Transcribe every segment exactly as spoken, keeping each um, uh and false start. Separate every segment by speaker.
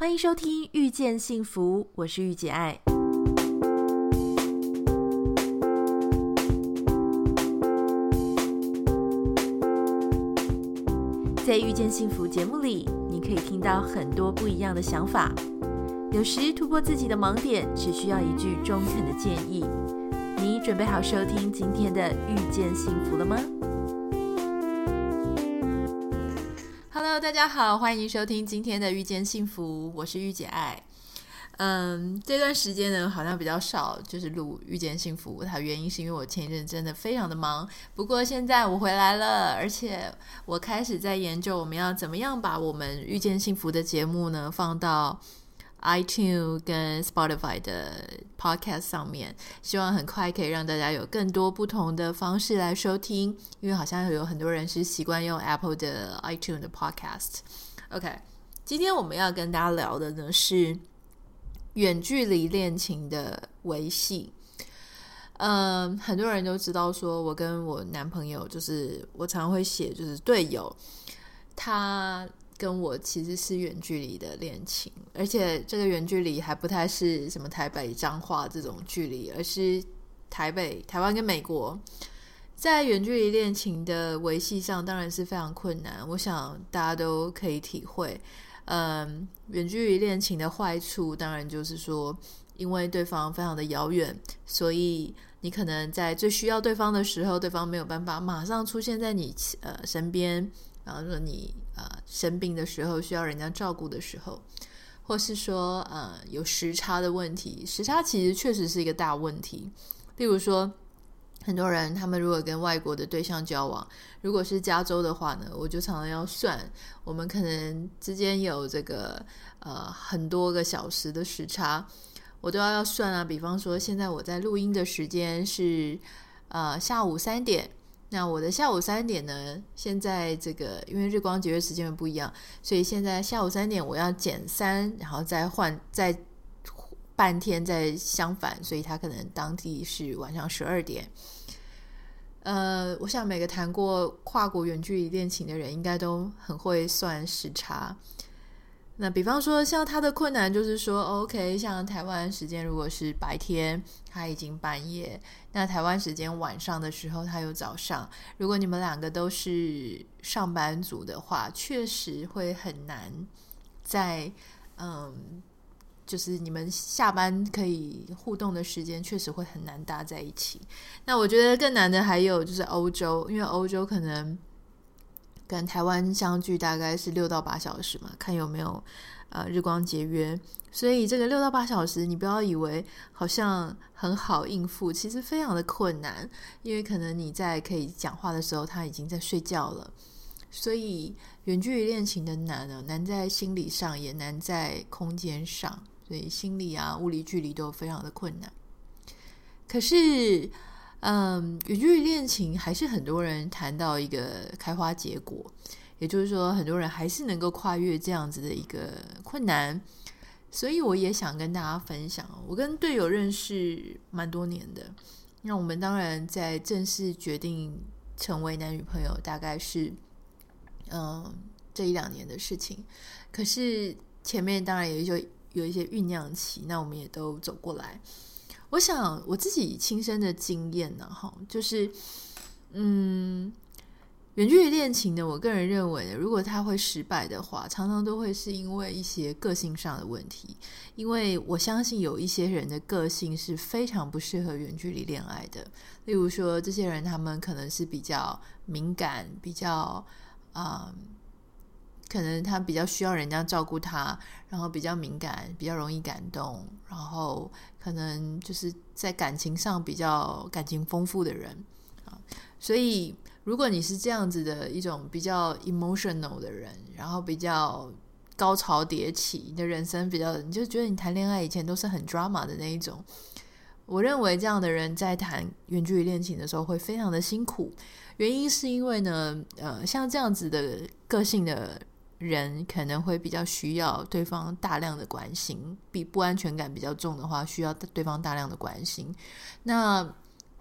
Speaker 1: 欢迎收听遇见幸福，我是御姐爱。在遇见幸福节目里，你可以听到很多不一样的想法，有时突破自己的盲点只需要一句中肯的建议。你准备好收听今天的遇见幸福了吗？ Hello， 大家好，欢迎收听今天的遇见幸福，我是御姐爱。嗯，这段时间呢好像比较少就是录遇见幸福，它原因是因为我前一阵真的非常的忙，不过现在我回来了，而且我开始在研究我们要怎么样把我们遇见幸福的节目呢放到 iTunes 跟 Spotify 的 podcast 上面，希望很快可以让大家有更多不同的方式来收听，因为好像有很多人是习惯用 Apple 的 iTunes 的 podcast。 OK， 今天我们要跟大家聊的呢是远距离恋情的维系。嗯，很多人都知道说我跟我男朋友，就是我常会写就是队友，他跟我其实是远距离的恋情，而且这个远距离还不太是什么台北彰化这种距离，而是台北台湾跟美国。在远距离恋情的维系上当然是非常困难，我想大家都可以体会。嗯，远距离恋情的坏处当然就是说，因为对方非常的遥远，所以你可能在最需要对方的时候，对方没有办法马上出现在你呃身边，然后说你呃生病的时候需要人家照顾的时候，或是说呃有时差的问题。时差其实确实是一个大问题，例如说很多人他们如果跟外国的对象交往，如果是加州的话呢，我就常常要算我们可能之间有这个呃很多个小时的时差，我都要要算啊。比方说现在我在录音的时间是呃下午三点，那我的下午三点呢，现在这个因为日光节约时间不一样，所以现在下午三点我要减三，然后再换再半天再相反，所以他可能当地是晚上十二点。呃，我想每个谈过跨国远距离恋情的人应该都很会算时差。那比方说像他的困难就是说 OK， 像台湾时间如果是白天他已经半夜，那台湾时间晚上的时候他有早上，如果你们两个都是上班族的话，确实会很难在嗯就是你们下班可以互动的时间确实会很难搭在一起。那我觉得更难的还有就是欧洲，因为欧洲可能跟台湾相距大概是六到八小时嘛，看有没有呃日光节约，所以这个六到八小时你不要以为好像很好应付，其实非常的困难，因为可能你在可以讲话的时候他已经在睡觉了。所以远距离恋情的难呢，难在心理上，也难在空间上，所以心理啊物理距离都非常的困难。可是嗯，远距离恋情还是很多人谈到一个开花结果，也就是说很多人还是能够跨越这样子的一个困难。所以我也想跟大家分享，我跟队友认识蛮多年的，那我们当然在正式决定成为男女朋友大概是嗯这一两年的事情，可是前面当然也就有一些酝酿期，那我们也都走过来。我想我自己亲身的经验呢，就是嗯，远距离恋情呢，我个人认为如果它会失败的话，常常都会是因为一些个性上的问题，因为我相信有一些人的个性是非常不适合远距离恋爱的。例如说这些人他们可能是比较敏感，比较嗯可能他比较需要人家照顾他，然后比较敏感，比较容易感动，然后可能就是在感情上比较感情丰富的人。所以如果你是这样子的一种比较 emotional 的人，然后比较高潮迭起，你的人生比较，你就觉得你谈恋爱以前都是很 drama 的那一种，我认为这样的人在谈远距离恋情的时候会非常的辛苦。原因是因为呢呃，像这样子的个性的人可能会比较需要对方大量的关心，比不安全感比较重的话需要对方大量的关心。那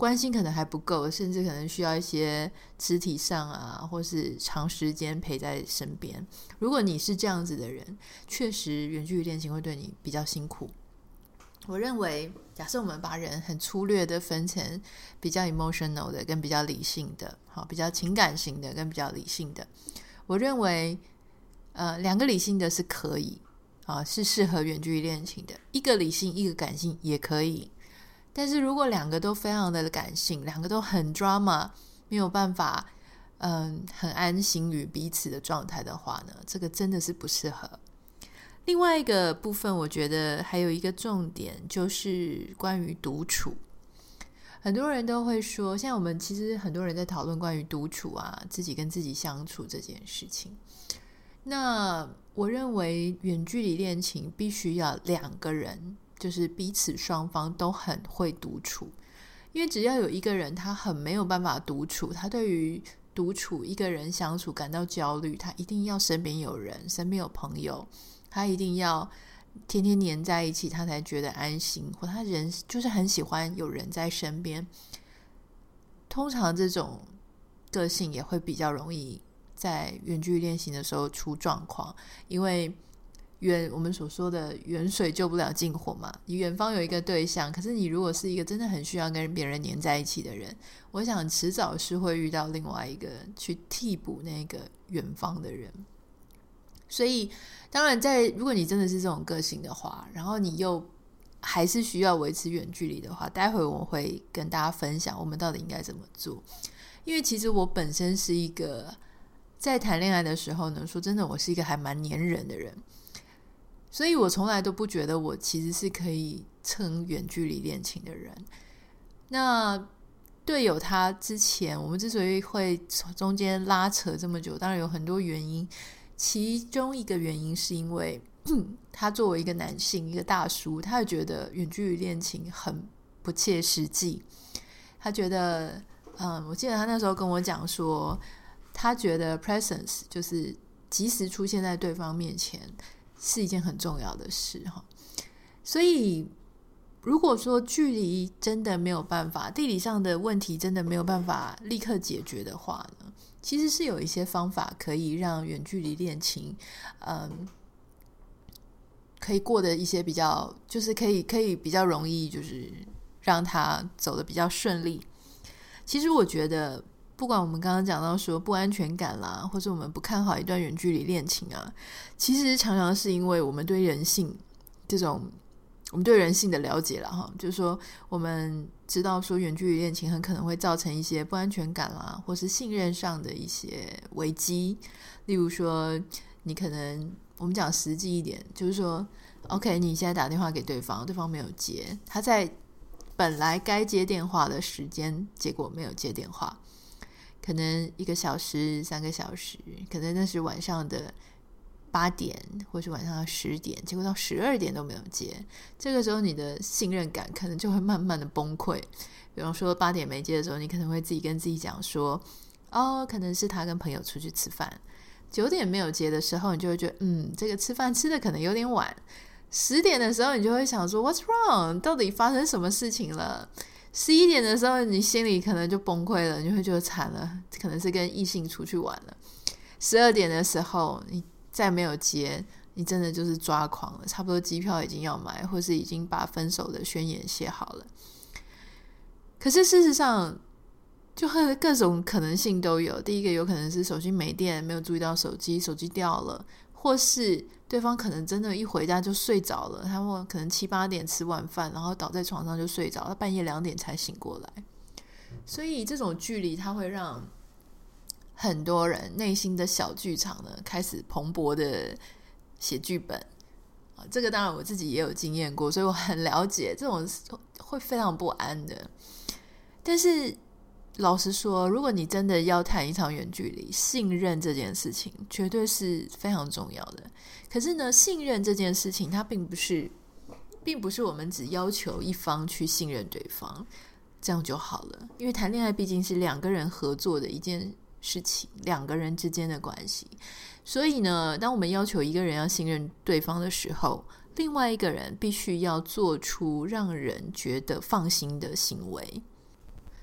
Speaker 1: 关心可能还不够，甚至可能需要一些肢体上啊，或是长时间陪在身边。如果你是这样子的人，确实远距离恋情会对你比较辛苦。我认为假设我们把人很粗略的分成比较 emotional 的跟比较理性的，好，比较情感型的跟比较理性的，我认为呃，两个理性的是可以啊，是适合远距离恋情的，一个理性一个感性也可以。但是如果两个都非常的感性，两个都很 drama， 没有办法嗯，很安心于彼此的状态的话呢，这个真的是不适合。另外一个部分我觉得还有一个重点，就是关于独处。很多人都会说，现在我们其实很多人在讨论关于独处啊，自己跟自己相处这件事情。那我认为远距离恋情必须要两个人，就是彼此双方都很会独处。因为只要有一个人他很没有办法独处，他对于独处一个人相处感到焦虑，他一定要身边有人，身边有朋友，他一定要天天黏在一起，他才觉得安心，或他人就是很喜欢有人在身边。通常这种个性也会比较容易在远距离恋情的时候出状况，因为远我们所说的远水救不了近火嘛，你远方有一个对象，可是你如果是一个真的很需要跟别人黏在一起的人，我想迟早是会遇到另外一个去替补那个远方的人。所以当然在如果你真的是这种个性的话，然后你又还是需要维持远距离的话，待会我会跟大家分享我们到底应该怎么做。因为其实我本身是一个在谈恋爱的时候呢，说真的我是一个还蛮黏人的人，所以我从来都不觉得我其实是可以撑远距离恋情的人。那队友他之前我们之所以会中间拉扯这么久，当然有很多原因，其中一个原因是因为他作为一个男性一个大叔，他会觉得远距离恋情很不切实际。他觉得嗯，我记得他那时候跟我讲说，他觉得 presence 就是及时出现在对方面前是一件很重要的事。所以如果说距离真的没有办法，地理上的问题真的没有办法立刻解决的话呢，其实是有一些方法可以让远距离恋情嗯，可以过得一些比较就是可以可以比较容易，就是让他走得比较顺利。其实我觉得不管我们刚刚讲到说不安全感啦，或者我们不看好一段远距离恋情啊，其实常常是因为我们对人性这种我们对人性的了解啦哈，就是说我们知道说远距离恋情很可能会造成一些不安全感啦，或是信任上的一些危机。例如说你可能我们讲实际一点，就是说 OK 你现在打电话给对方，对方没有接，他在本来该接电话的时间结果没有接电话，可能一个小时三个小时，可能那是晚上的八点或是晚上的十点，结果到十二点都没有接，这个时候你的信任感可能就会慢慢的崩溃。比方说八点没接的时候，你可能会自己跟自己讲说哦，可能是他跟朋友出去吃饭。九点没有接的时候，你就会觉得嗯，这个吃饭吃的可能有点晚。十点的时候你就会想说 What's wrong？ 到底发生什么事情了？十一点的时候你心里可能就崩溃了，你会觉得惨了，可能是跟异性出去玩了。十二点的时候你再没有接，你真的就是抓狂了，差不多机票已经要买，或是已经把分手的宣言写好了。可是事实上就各种可能性都有。第一个有可能是手机没电，没有注意到手机，手机掉了，或是对方可能真的一回家就睡着了，他们可能七八点吃晚饭，然后倒在床上就睡着，他半夜两点才醒过来。所以这种距离它会让很多人内心的小剧场呢开始蓬勃的写剧本。这个当然我自己也有经验过，所以我很了解这种会非常不安的。但是老实说，如果你真的要谈一场远距离，信任这件事情绝对是非常重要的。可是呢，信任这件事情它并不是并不是我们只要求一方去信任对方这样就好了。因为谈恋爱毕竟是两个人合作的一件事情，两个人之间的关系。所以呢，当我们要求一个人要信任对方的时候，另外一个人必须要做出让人觉得放心的行为。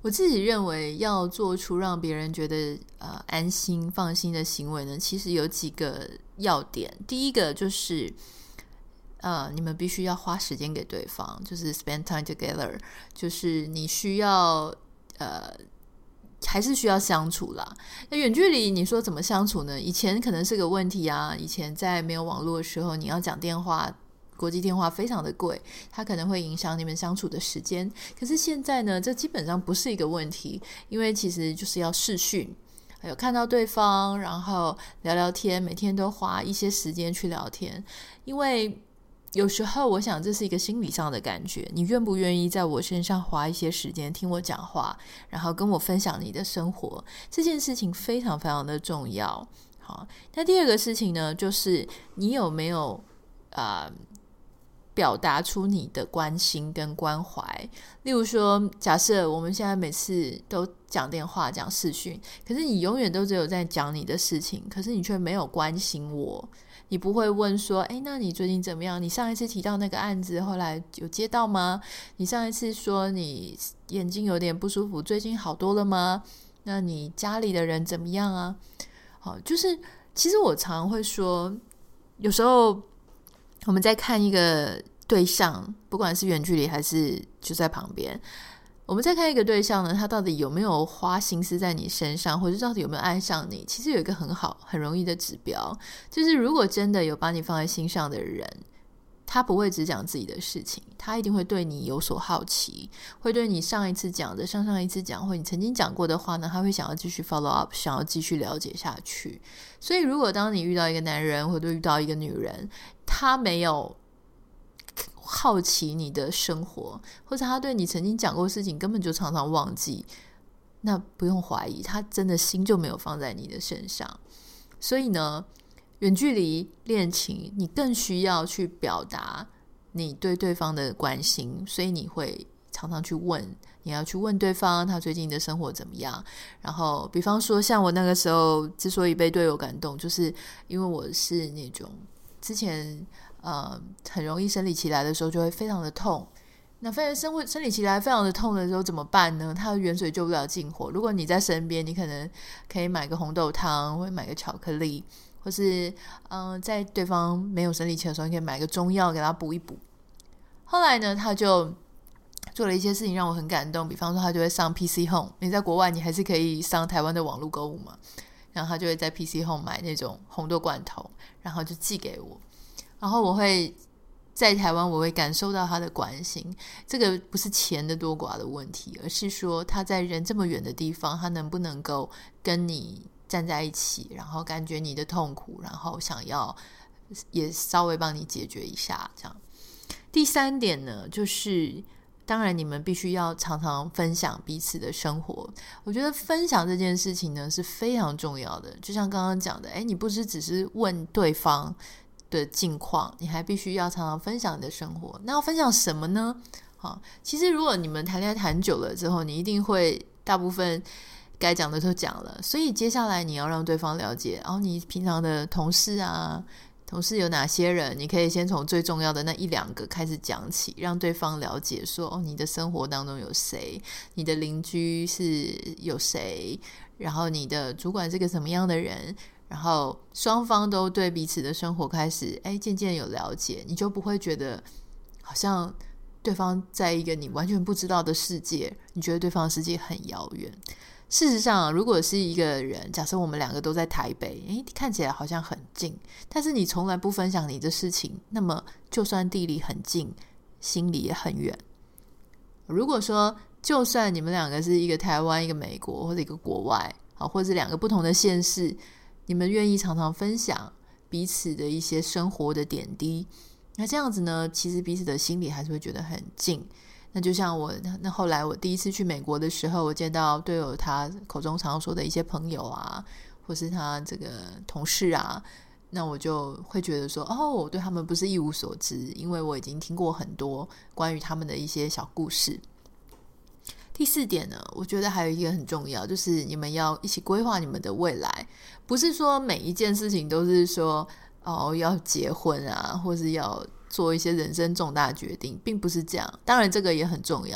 Speaker 1: 我自己认为要做出让别人觉得呃安心放心的行为呢，其实有几个要点。第一个就是呃，你们必须要花时间给对方，就是 spend time together， 就是你需要呃还是需要相处啦。那远距离你说怎么相处呢？以前可能是个问题啊，以前在没有网络的时候，你要讲电话，国际电话非常的贵，它可能会影响你们相处的时间。可是现在呢，这基本上不是一个问题，因为其实就是要视讯，还有看到对方，然后聊聊天，每天都花一些时间去聊天。因为有时候我想这是一个心理上的感觉，你愿不愿意在我身上花一些时间听我讲话，然后跟我分享你的生活，这件事情非常非常的重要。好，那第二个事情呢，就是你有没有呃表达出你的关心跟关怀。例如说，假设我们现在每次都讲电话讲视讯，可是你永远都只有在讲你的事情，可是你却没有关心我。你不会问说，诶，那你最近怎么样？你上一次提到那个案子后来有接到吗？你上一次说你眼睛有点不舒服，最近好多了吗？那你家里的人怎么样啊？好，就是其实我常常会说，有时候我们在看一个对象，不管是远距离还是就在旁边，我们在看一个对象呢，他到底有没有花心思在你身上，或者到底有没有爱上你，其实有一个很好很容易的指标，就是如果真的有把你放在心上的人，他不会只讲自己的事情，他一定会对你有所好奇，会对你上一次讲的上上一次讲或你曾经讲过的话呢，他会想要继续 follow up， 想要继续了解下去。所以如果当你遇到一个男人或者遇到一个女人，他没有好奇你的生活，或者他对你曾经讲过的事情根本就常常忘记，那不用怀疑，他真的心就没有放在你的身上。所以呢，远距离恋情你更需要去表达你对对方的关心，所以你会常常去问，你要去问对方他最近的生活怎么样。然后比方说像我那个时候之所以被队友感动，就是因为我是那种之前呃很容易生理期来的时候就会非常的痛，那非常生生理期来非常的痛的时候怎么办呢？它的远水救不了近火。如果你在身边，你可能可以买个红豆汤，或者买个巧克力，或是嗯、呃，在对方没有生理期的时候，你可以买个中药给他补一补。后来呢，他就做了一些事情让我很感动，比方说他就会上 P C Home， 你在国外你还是可以上台湾的网络购物嘛，然后他就会在 P C Home 买那种红豆罐头，然后就寄给我，然后我会在台湾我会感受到他的关心。这个不是钱的多寡的问题，而是说他在人这么远的地方，他能不能够跟你站在一起，然后感觉你的痛苦，然后想要也稍微帮你解决一下这样。第三点呢，就是当然你们必须要常常分享彼此的生活。我觉得分享这件事情呢是非常重要的，就像刚刚讲的，诶，你不是只是问对方的近况，你还必须要常常分享你的生活。那要分享什么呢？好，其实如果你们谈恋爱谈久了之后，你一定会大部分该讲的都讲了，所以接下来你要让对方了解，然后你平常的同事啊，同事有哪些人，你可以先从最重要的那一两个开始讲起，让对方了解说，哦，你的生活当中有谁，你的邻居是有谁，然后你的主管是个什么样的人，然后双方都对彼此的生活开始哎渐渐有了解，你就不会觉得好像对方在一个你完全不知道的世界，你觉得对方的世界很遥远。事实上，如果是一个人，假设我们两个都在台北，诶，看起来好像很近，但是你从来不分享你的事情，那么就算地理很近，心里也很远。如果说就算你们两个是一个台湾一个美国或者一个国外，或者是两个不同的县市，你们愿意常常分享彼此的一些生活的点滴，那这样子呢，其实彼此的心里还是会觉得很近。那就像我那后来我第一次去美国的时候，我见到队友他口中常说的一些朋友啊，或是他这个同事啊，那我就会觉得说，哦，我对他们不是一无所知，因为我已经听过很多关于他们的一些小故事。第四点呢，我觉得还有一个很重要，就是你们要一起规划你们的未来，不是说每一件事情都是说哦要结婚啊，或是要做一些人生重大决定，并不是这样。当然这个也很重要，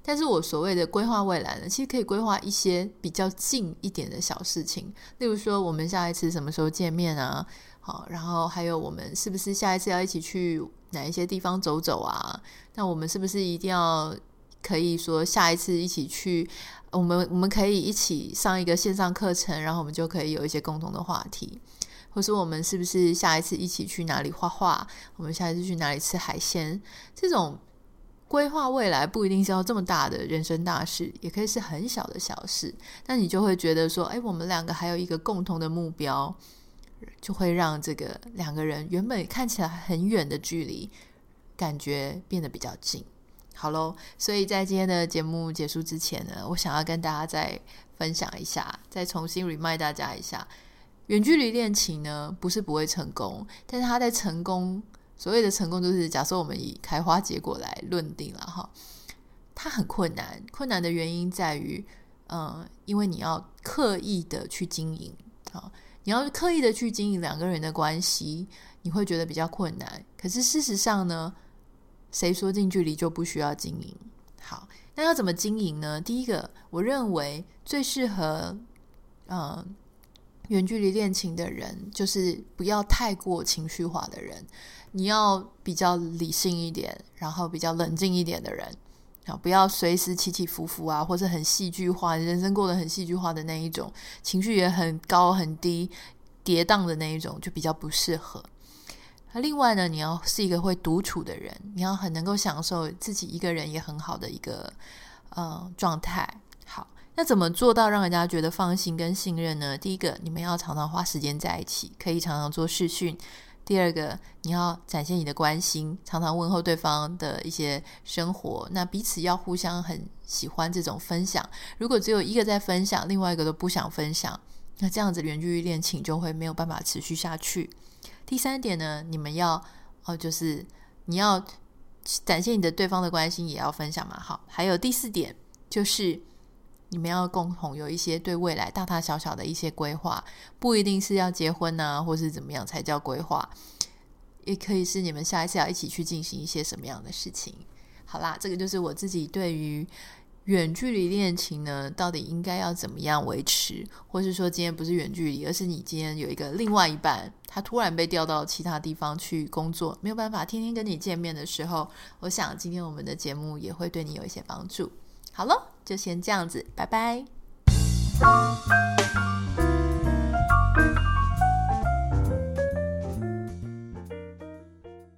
Speaker 1: 但是我所谓的规划未来呢，其实可以规划一些比较近一点的小事情，例如说我们下一次什么时候见面啊，好，然后还有我们是不是下一次要一起去哪一些地方走走啊，那我们是不是一定要可以说下一次一起去，我们我们可以一起上一个线上课程，然后我们就可以有一些共同的话题，或是我们是不是下一次一起去哪里画画，我们下一次去哪里吃海鲜，这种规划未来不一定是要这么大的人生大事，也可以是很小的小事，但你就会觉得说，哎，我们两个还有一个共同的目标，就会让这个两个人原本看起来很远的距离感觉变得比较近。好咯，所以在今天的节目结束之前呢，我想要跟大家再分享一下，再重新 remind 大家一下，远距离恋情呢不是不会成功，但是它在成功，所谓的成功就是假设我们以开花结果来论定了哈，它很困难，困难的原因在于呃，因为你要刻意的去经营，好，你要刻意的去经营两个人的关系，你会觉得比较困难，可是事实上呢，谁说近距离就不需要经营？好，那要怎么经营呢？第一个，我认为最适合呃远距离恋情的人，就是不要太过情绪化的人，你要比较理性一点，然后比较冷静一点的人，不要随时起起伏伏啊，或是很戏剧化，人生过得很戏剧化的那一种，情绪也很高很低跌宕的那一种，就比较不适合。另外呢，你要是一个会独处的人，你要很能够享受自己一个人也很好的一个呃状态。好，那怎么做到让人家觉得放心跟信任呢？第一个，你们要常常花时间在一起，可以常常做视讯。第二个，你要展现你的关心，常常问候对方的一些生活，那彼此要互相很喜欢这种分享。如果只有一个在分享，另外一个都不想分享，那这样子远距离恋情就会没有办法持续下去。第三点呢，你们要哦，就是你要展现你的对方的关心，也要分享嘛。好，还有第四点就是你们要共同有一些对未来大大小小的一些规划，不一定是要结婚啊，或是怎么样才叫规划，也可以是你们下一次要一起去进行一些什么样的事情。好啦，这个就是我自己对于远距离恋情呢，到底应该要怎么样维持，或是说今天不是远距离，而是你今天有一个另外一半，他突然被调到其他地方去工作，没有办法天天跟你见面的时候，我想今天我们的节目也会对你有一些帮助。好了，就先这样子，拜拜。